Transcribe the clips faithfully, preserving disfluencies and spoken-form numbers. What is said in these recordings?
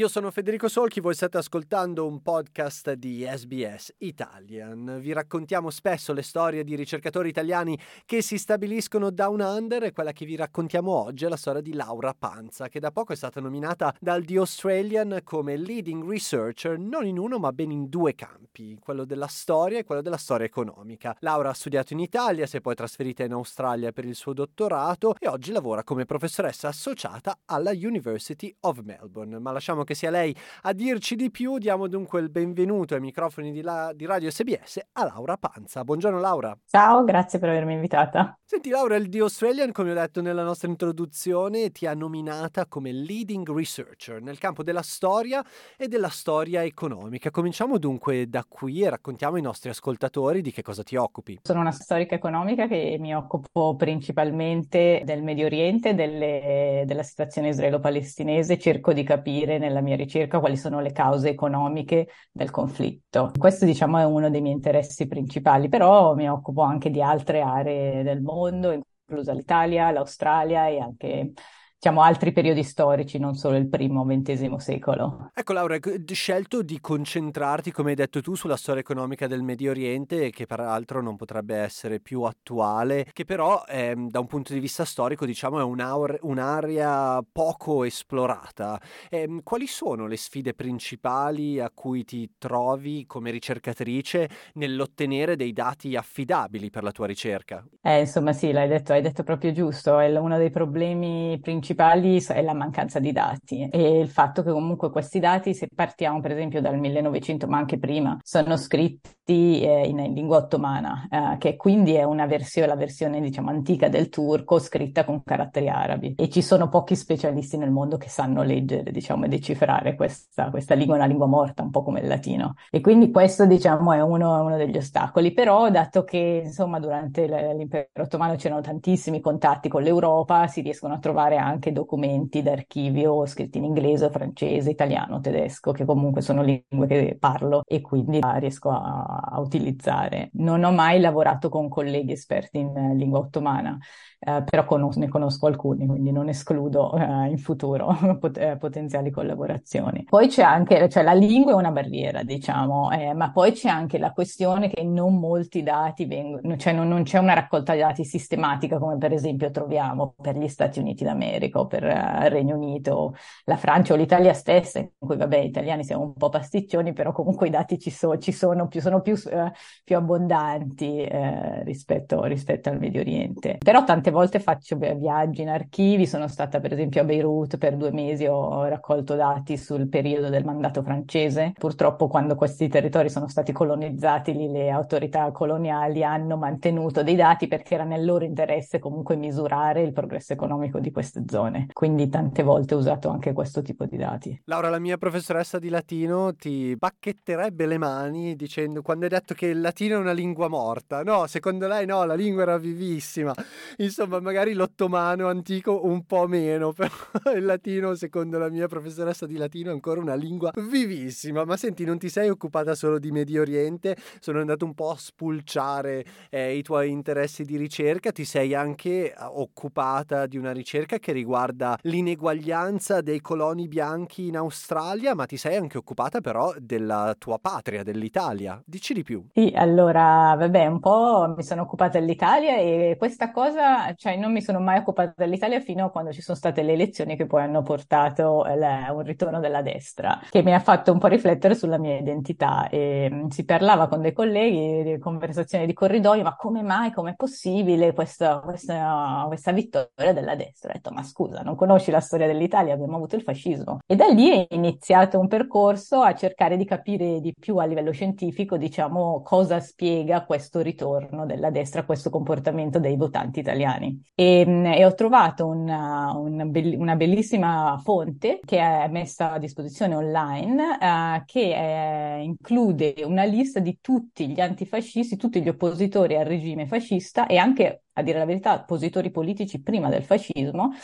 Io sono Federico Solchi, voi state ascoltando un podcast di S B S Italian. Vi raccontiamo spesso le storie di ricercatori italiani che si stabiliscono down under e quella che vi raccontiamo oggi è la storia di Laura Panza, che da poco è stata nominata dal The Australian come leading researcher non in uno ma ben in due campi, quello della storia e quello della storia economica. Laura ha studiato in Italia, si è poi trasferita in Australia per il suo dottorato e oggi lavora come professoressa associata alla University of Melbourne. Ma lasciamo che sia lei a dirci di più. Diamo dunque il benvenuto ai microfoni di, la, di Radio S B S a Laura Panza. Buongiorno Laura. Ciao, grazie per avermi invitata. Senti Laura, il The Australian, come ho detto nella nostra introduzione, ti ha nominata come leading researcher nel campo della storia e della storia economica. Cominciamo dunque da qui e raccontiamo ai nostri ascoltatori di che cosa ti occupi. Sono una storica economica che mi occupo principalmente del Medio Oriente, delle, della situazione israelo-palestinese. Cerco di capire nella mia ricerca quali sono le cause economiche del conflitto. Questo, diciamo, è uno dei miei interessi principali, però mi occupo anche di altre aree del mondo, inclusa l'Italia, l'Australia e anche, diciamo, altri periodi storici, non solo il primo ventesimo secolo. Ecco Laura, hai scelto di concentrarti, come hai detto tu, sulla storia economica del Medio Oriente, che peraltro non potrebbe essere più attuale, che però eh, da un punto di vista storico, diciamo, è un'aur- un'area poco esplorata. Eh, quali sono le sfide principali a cui ti trovi come ricercatrice nell'ottenere dei dati affidabili per la tua ricerca? Eh, insomma, sì, l'hai detto, hai detto proprio giusto. È l- uno dei problemi principali s- è la mancanza di dati e il fatto che comunque questi dati, se partiamo per esempio dal millenovecento, ma anche prima, sono scritti eh, in, in lingua ottomana, eh, che quindi è una versione, la versione diciamo antica del turco, scritta con caratteri arabi. E ci sono pochi specialisti nel mondo che sanno leggere, diciamo, e decifrare questa, questa lingua, una lingua morta, un po' come il latino. E quindi questo, diciamo, è uno, uno degli ostacoli. Però, dato che, insomma, durante l- l'impero ottomano c'erano tantissimi contatti con l'Europa, si riescono a trovare anche documenti d'archivio scritti in inglese, francese, italiano, tedesco, che comunque sono lingue che parlo e quindi ah, riesco a, a utilizzare. Non ho mai lavorato con colleghi esperti in eh, lingua ottomana, eh, però conos- ne conosco alcuni, quindi non escludo eh, in futuro pot- eh, potenziali collaborazioni. Poi c'è anche, cioè la lingua è una barriera, diciamo, eh, ma poi c'è anche la questione che non molti dati vengono, cioè non, non c'è una raccolta di dati sistematica come per esempio troviamo per gli Stati Uniti d'America o per eh, il Regno Unito, la Francia o l'Italia stessa, in cui vabbè, italiani siamo un po' pasticcioni, però comunque i dati ci, so- ci sono più, sono più, eh, più abbondanti eh, rispetto, rispetto al Medio Oriente. Però tante volte faccio beh, viaggi in archivi, sono stata per esempio a Beirut per due mesi, ho raccolto dati sul periodo del mandato francese. Purtroppo quando questi territori sono stati colonizzati, lì le autorità coloniali hanno mantenuto dei dati perché era nel loro interesse comunque misurare il progresso economico di queste zone. Quindi tante volte ho usato anche questo tipo di dati. Laura, la mia professoressa di latino ti bacchetterebbe le mani dicendo, quando hai detto che il latino è una lingua morta, no, secondo lei no, la lingua era vivissima. Insomma, magari l'ottomano antico un po' meno, però il latino, secondo la mia professoressa di latino, è ancora una lingua vivissima. Ma senti, non ti sei occupata solo di Medio Oriente? Sono andato un po' a spulciare eh, i tuoi interessi di ricerca, ti sei anche occupata di una ricerca che riguarda l'ineguaglianza dei coloni bianchi in Australia, ma ti sei anche occupata però della tua patria, dell'Italia. Dici di più. Sì, allora, vabbè, un po' mi sono occupata dell'Italia e questa cosa, cioè non mi sono mai occupata dell'Italia fino a quando ci sono state le elezioni che poi hanno portato eh, la- un ritorno della destra, che mi ha fatto un po' riflettere sulla mia identità e mh, si parlava con dei colleghi, di conversazioni di corridoio, ma come mai, com'è possibile questa, questa, questa vittoria della destra? Ho detto, ma scusa, non conosci la storia dell'Italia? Abbiamo avuto il fascismo. E da lì è iniziato un percorso a cercare di capire di più a livello scientifico, diciamo, cosa spiega questo ritorno della destra, questo comportamento dei votanti italiani. E, mh, e ho trovato una, una, bell- una bellissima fonte che è messa a disposizione online, eh, che eh, include una lista di tutti gli antifascisti, tutti gli oppositori al regime fascista e anche, a dire la verità, oppositori politici prima del fascismo,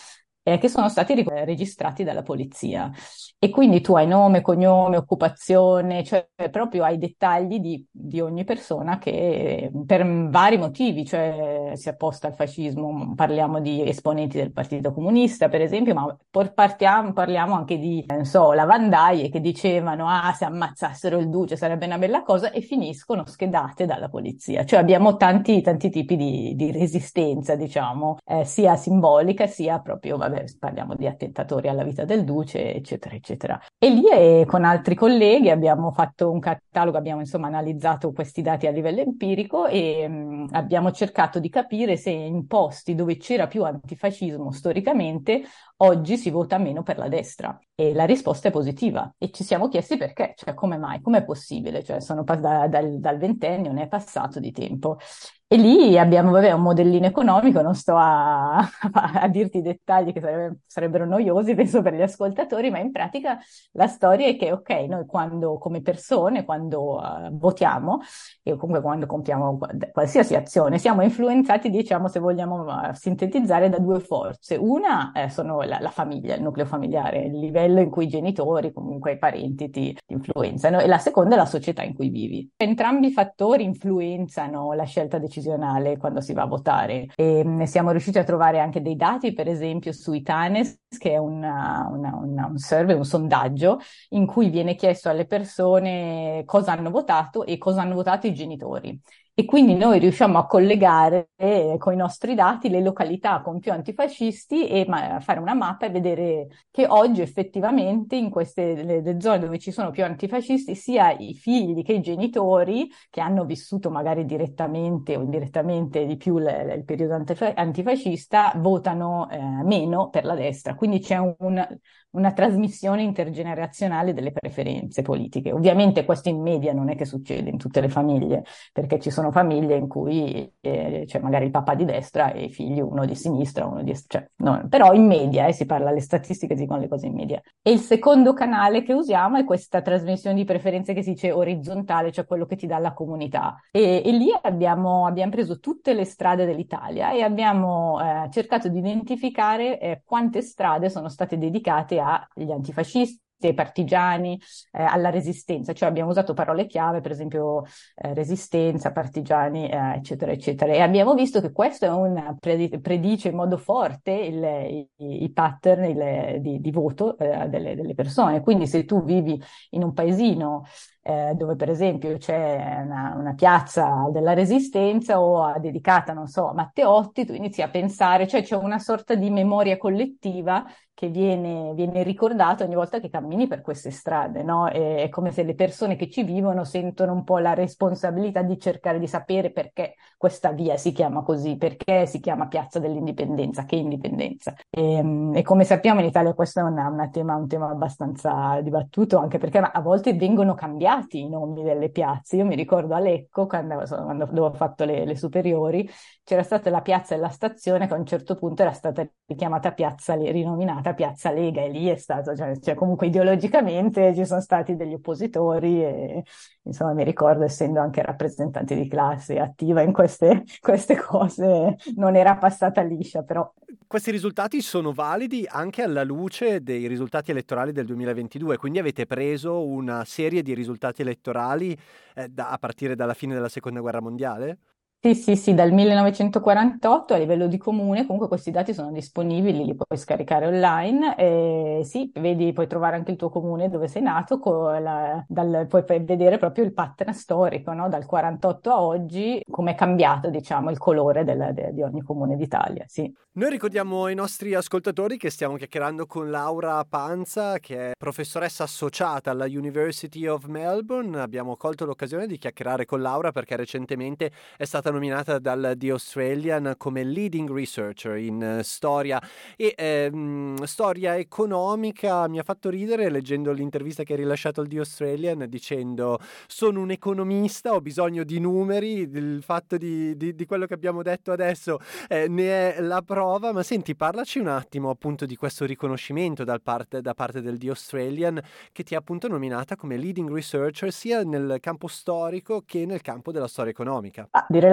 eh, che sono stati ric- registrati dalla polizia. E quindi tu hai nome, cognome, occupazione, cioè proprio hai dettagli di, di ogni persona che per vari motivi, cioè si apposta al fascismo, parliamo di esponenti del Partito Comunista, per esempio, ma por- partiamo- parliamo anche di, non so, lavandaie che dicevano, ah, se ammazzassero il duce sarebbe una bella cosa, e finiscono schedate dalla polizia. Cioè abbiamo tanti, tanti tipi di, di resistenza, diciamo, eh, sia simbolica, sia proprio, vabbè, parliamo di attentatori alla vita del duce, eccetera, eccetera. E lì eh, con altri colleghi abbiamo fatto un catalogo, abbiamo insomma analizzato questi dati a livello empirico e mh, abbiamo cercato di capire se in posti dove c'era più antifascismo storicamente oggi si vota meno per la destra. E la risposta è positiva. E ci siamo chiesti perché, cioè come mai, com'è possibile? Cioè sono pas- da- dal, dal ventennio, ne è passato di tempo. E lì abbiamo, vabbè, un modellino economico, non sto a, a dirti i dettagli che sarebbe- sarebbero noiosi, penso, per gli ascoltatori, ma in pratica la storia è che, ok, noi quando, come persone, quando uh, votiamo, e comunque quando compiamo qualsiasi azione, siamo influenzati, diciamo, se vogliamo uh, sintetizzare, da due forze. Una eh, sono la, la famiglia, il nucleo familiare, il livello in cui i genitori, comunque i parenti ti, ti influenzano, e la seconda è la società in cui vivi. Entrambi i fattori influenzano la scelta decisionale quando si va a votare. E mh, siamo riusciti a trovare anche dei dati, per esempio, su Itanes, che è una, una, una, un survey, un sondaggio, in cui viene chiesto alle persone cosa hanno votato e cosa hanno votato i genitori. E quindi noi riusciamo a collegare eh, con i nostri dati le località con più antifascisti e ma, fare una mappa e vedere che oggi effettivamente in queste le, le zone dove ci sono più antifascisti, sia i figli che i genitori che hanno vissuto magari direttamente o indirettamente di più le, le, il periodo antifa- antifascista, votano eh, meno per la destra. Quindi c'è un, una trasmissione intergenerazionale delle preferenze politiche. Ovviamente questo in media non è che succede in tutte le famiglie, perché ci sono famiglie in cui eh, c'è magari il papà di destra e i figli uno di sinistra, uno di cioè, no, però in media, eh, si parla, le statistiche dicono le cose in media. E il secondo canale che usiamo è questa trasmissione di preferenze che si dice orizzontale, cioè quello che ti dà la comunità. E, e lì abbiamo, abbiamo preso tutte le strade dell'Italia e abbiamo eh, cercato di identificare eh, quante strade sono state dedicate agli antifascisti, ai partigiani, eh, alla resistenza, cioè abbiamo usato parole chiave, per esempio eh, resistenza, partigiani, eh, eccetera, eccetera. E abbiamo visto che questo è un predi- predice in modo forte il, i, i pattern il, di, di voto eh, delle, delle persone. Quindi se tu vivi in un paesino eh, dove per esempio c'è una, una piazza della Resistenza o dedicata, non so, a Matteotti, tu inizi a pensare, cioè c'è una sorta di memoria collettiva che viene, viene ricordato ogni volta che cammini per queste strade, no? È, è come se le persone che ci vivono sentono un po' la responsabilità di cercare di sapere perché questa via si chiama così, perché si chiama Piazza dell'Indipendenza, che indipendenza. E, e come sappiamo in Italia questo è una, una tema, un tema abbastanza dibattuto, anche perché a volte vengono cambiati i nomi delle piazze. Io mi ricordo a Lecco, quando, quando avevo fatto le, le superiori, c'era stata la piazza della stazione che a un certo punto era stata richiamata piazza, rinominata Piazza Lega, e lì è stato, cioè, cioè comunque ideologicamente ci sono stati degli oppositori e insomma mi ricordo, essendo anche rappresentante di classe attiva in queste, queste cose, non era passata liscia, però. Questi risultati sono validi anche alla luce dei risultati elettorali del duemilaventidue, quindi avete preso una serie di risultati elettorali eh, da, a partire dalla fine della Seconda Guerra Mondiale? Sì, sì, sì, dal millenovecentoquarantotto a livello di comune, comunque questi dati sono disponibili, li puoi scaricare online, e sì, vedi, puoi trovare anche il tuo comune dove sei nato, con la- dal- puoi puoi vedere proprio il pattern storico, no? Dal quarantotto a oggi, come è cambiato, diciamo, il colore del- de- di ogni comune d'Italia, sì. Noi ricordiamo ai nostri ascoltatori che stiamo chiacchierando con Laura Panza, che è professoressa associata alla University of Melbourne. Abbiamo colto l'occasione di chiacchierare con Laura perché recentemente è stata nominata dal The Australian come leading researcher in eh, storia e ehm, storia economica. Mi ha fatto ridere leggendo l'intervista che ha rilasciato al The Australian dicendo: sono un economista, ho bisogno di numeri, il fatto di, di, di quello che abbiamo detto adesso eh, ne è la prova. Ma senti, parlaci un attimo appunto di questo riconoscimento dal parte, da parte del The Australian, che ti ha appunto nominata come leading researcher sia nel campo storico che nel campo della storia economica. A dire la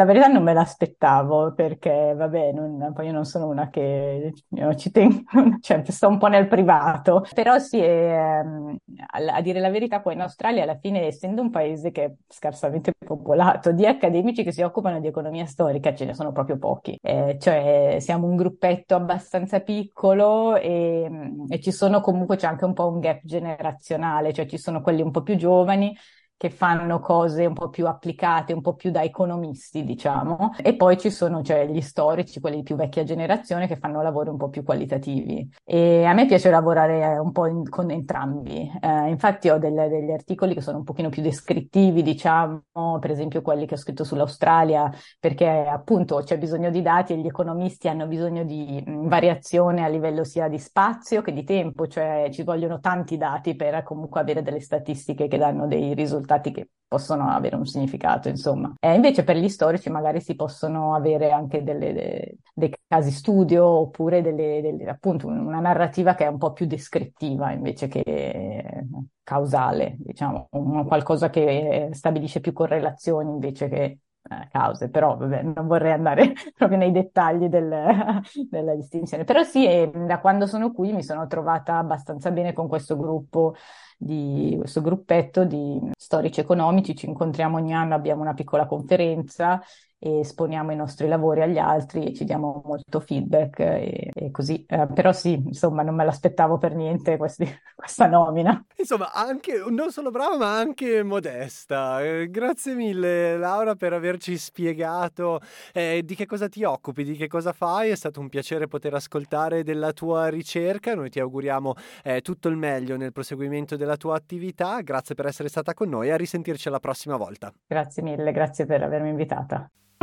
la verità non me l'aspettavo perché, vabbè, non, poi io non sono una che io ci tengo, cioè sto un po' nel privato, però sì, ehm, a, a dire la verità, qua in Australia alla fine, essendo un paese che è scarsamente popolato, di accademici che si occupano di economia storica ce ne sono proprio pochi, eh, cioè siamo un gruppetto abbastanza piccolo e, e ci sono comunque, c'è anche un po' un gap generazionale, cioè ci sono quelli un po' più giovani che fanno cose un po' più applicate, un po' più da economisti, diciamo, e poi ci sono, cioè, gli storici, quelli di più vecchia generazione, che fanno lavori un po' più qualitativi. E a me piace lavorare un po' in- con entrambi. Eh, infatti ho delle- degli articoli che sono un pochino più descrittivi, diciamo, per esempio quelli che ho scritto sull'Australia, perché appunto c'è bisogno di dati e gli economisti hanno bisogno di mh, variazione a livello sia di spazio che di tempo, cioè ci vogliono tanti dati per comunque avere delle statistiche che danno dei risultati che possono avere un significato, insomma. E invece per gli storici magari si possono avere anche delle, de- dei casi studio oppure delle, delle- appunto una narrativa che è un po' più descrittiva invece che causale, diciamo, un- qualcosa che stabilisce più correlazioni invece che eh, cause, però vabbè, non vorrei andare proprio nei dettagli del- della distinzione. Però sì, eh, da quando sono qui mi sono trovata abbastanza bene con questo gruppo di questo gruppetto di storici economici, ci incontriamo ogni anno, abbiamo una piccola conferenza e esponiamo i nostri lavori agli altri e ci diamo molto feedback e, e così. Eh, però sì, insomma, non me l'aspettavo per niente questi- questa nomina. Insomma, anche non solo brava, ma anche modesta. Eh, grazie mille, Laura, per averci spiegato eh, di che cosa ti occupi, di che cosa fai. È stato un piacere poter ascoltare della tua ricerca. Noi ti auguriamo eh, tutto il meglio nel proseguimento della tua attività. Grazie per essere stata con noi. A risentirci alla prossima volta. Grazie mille, grazie per avermi invitata.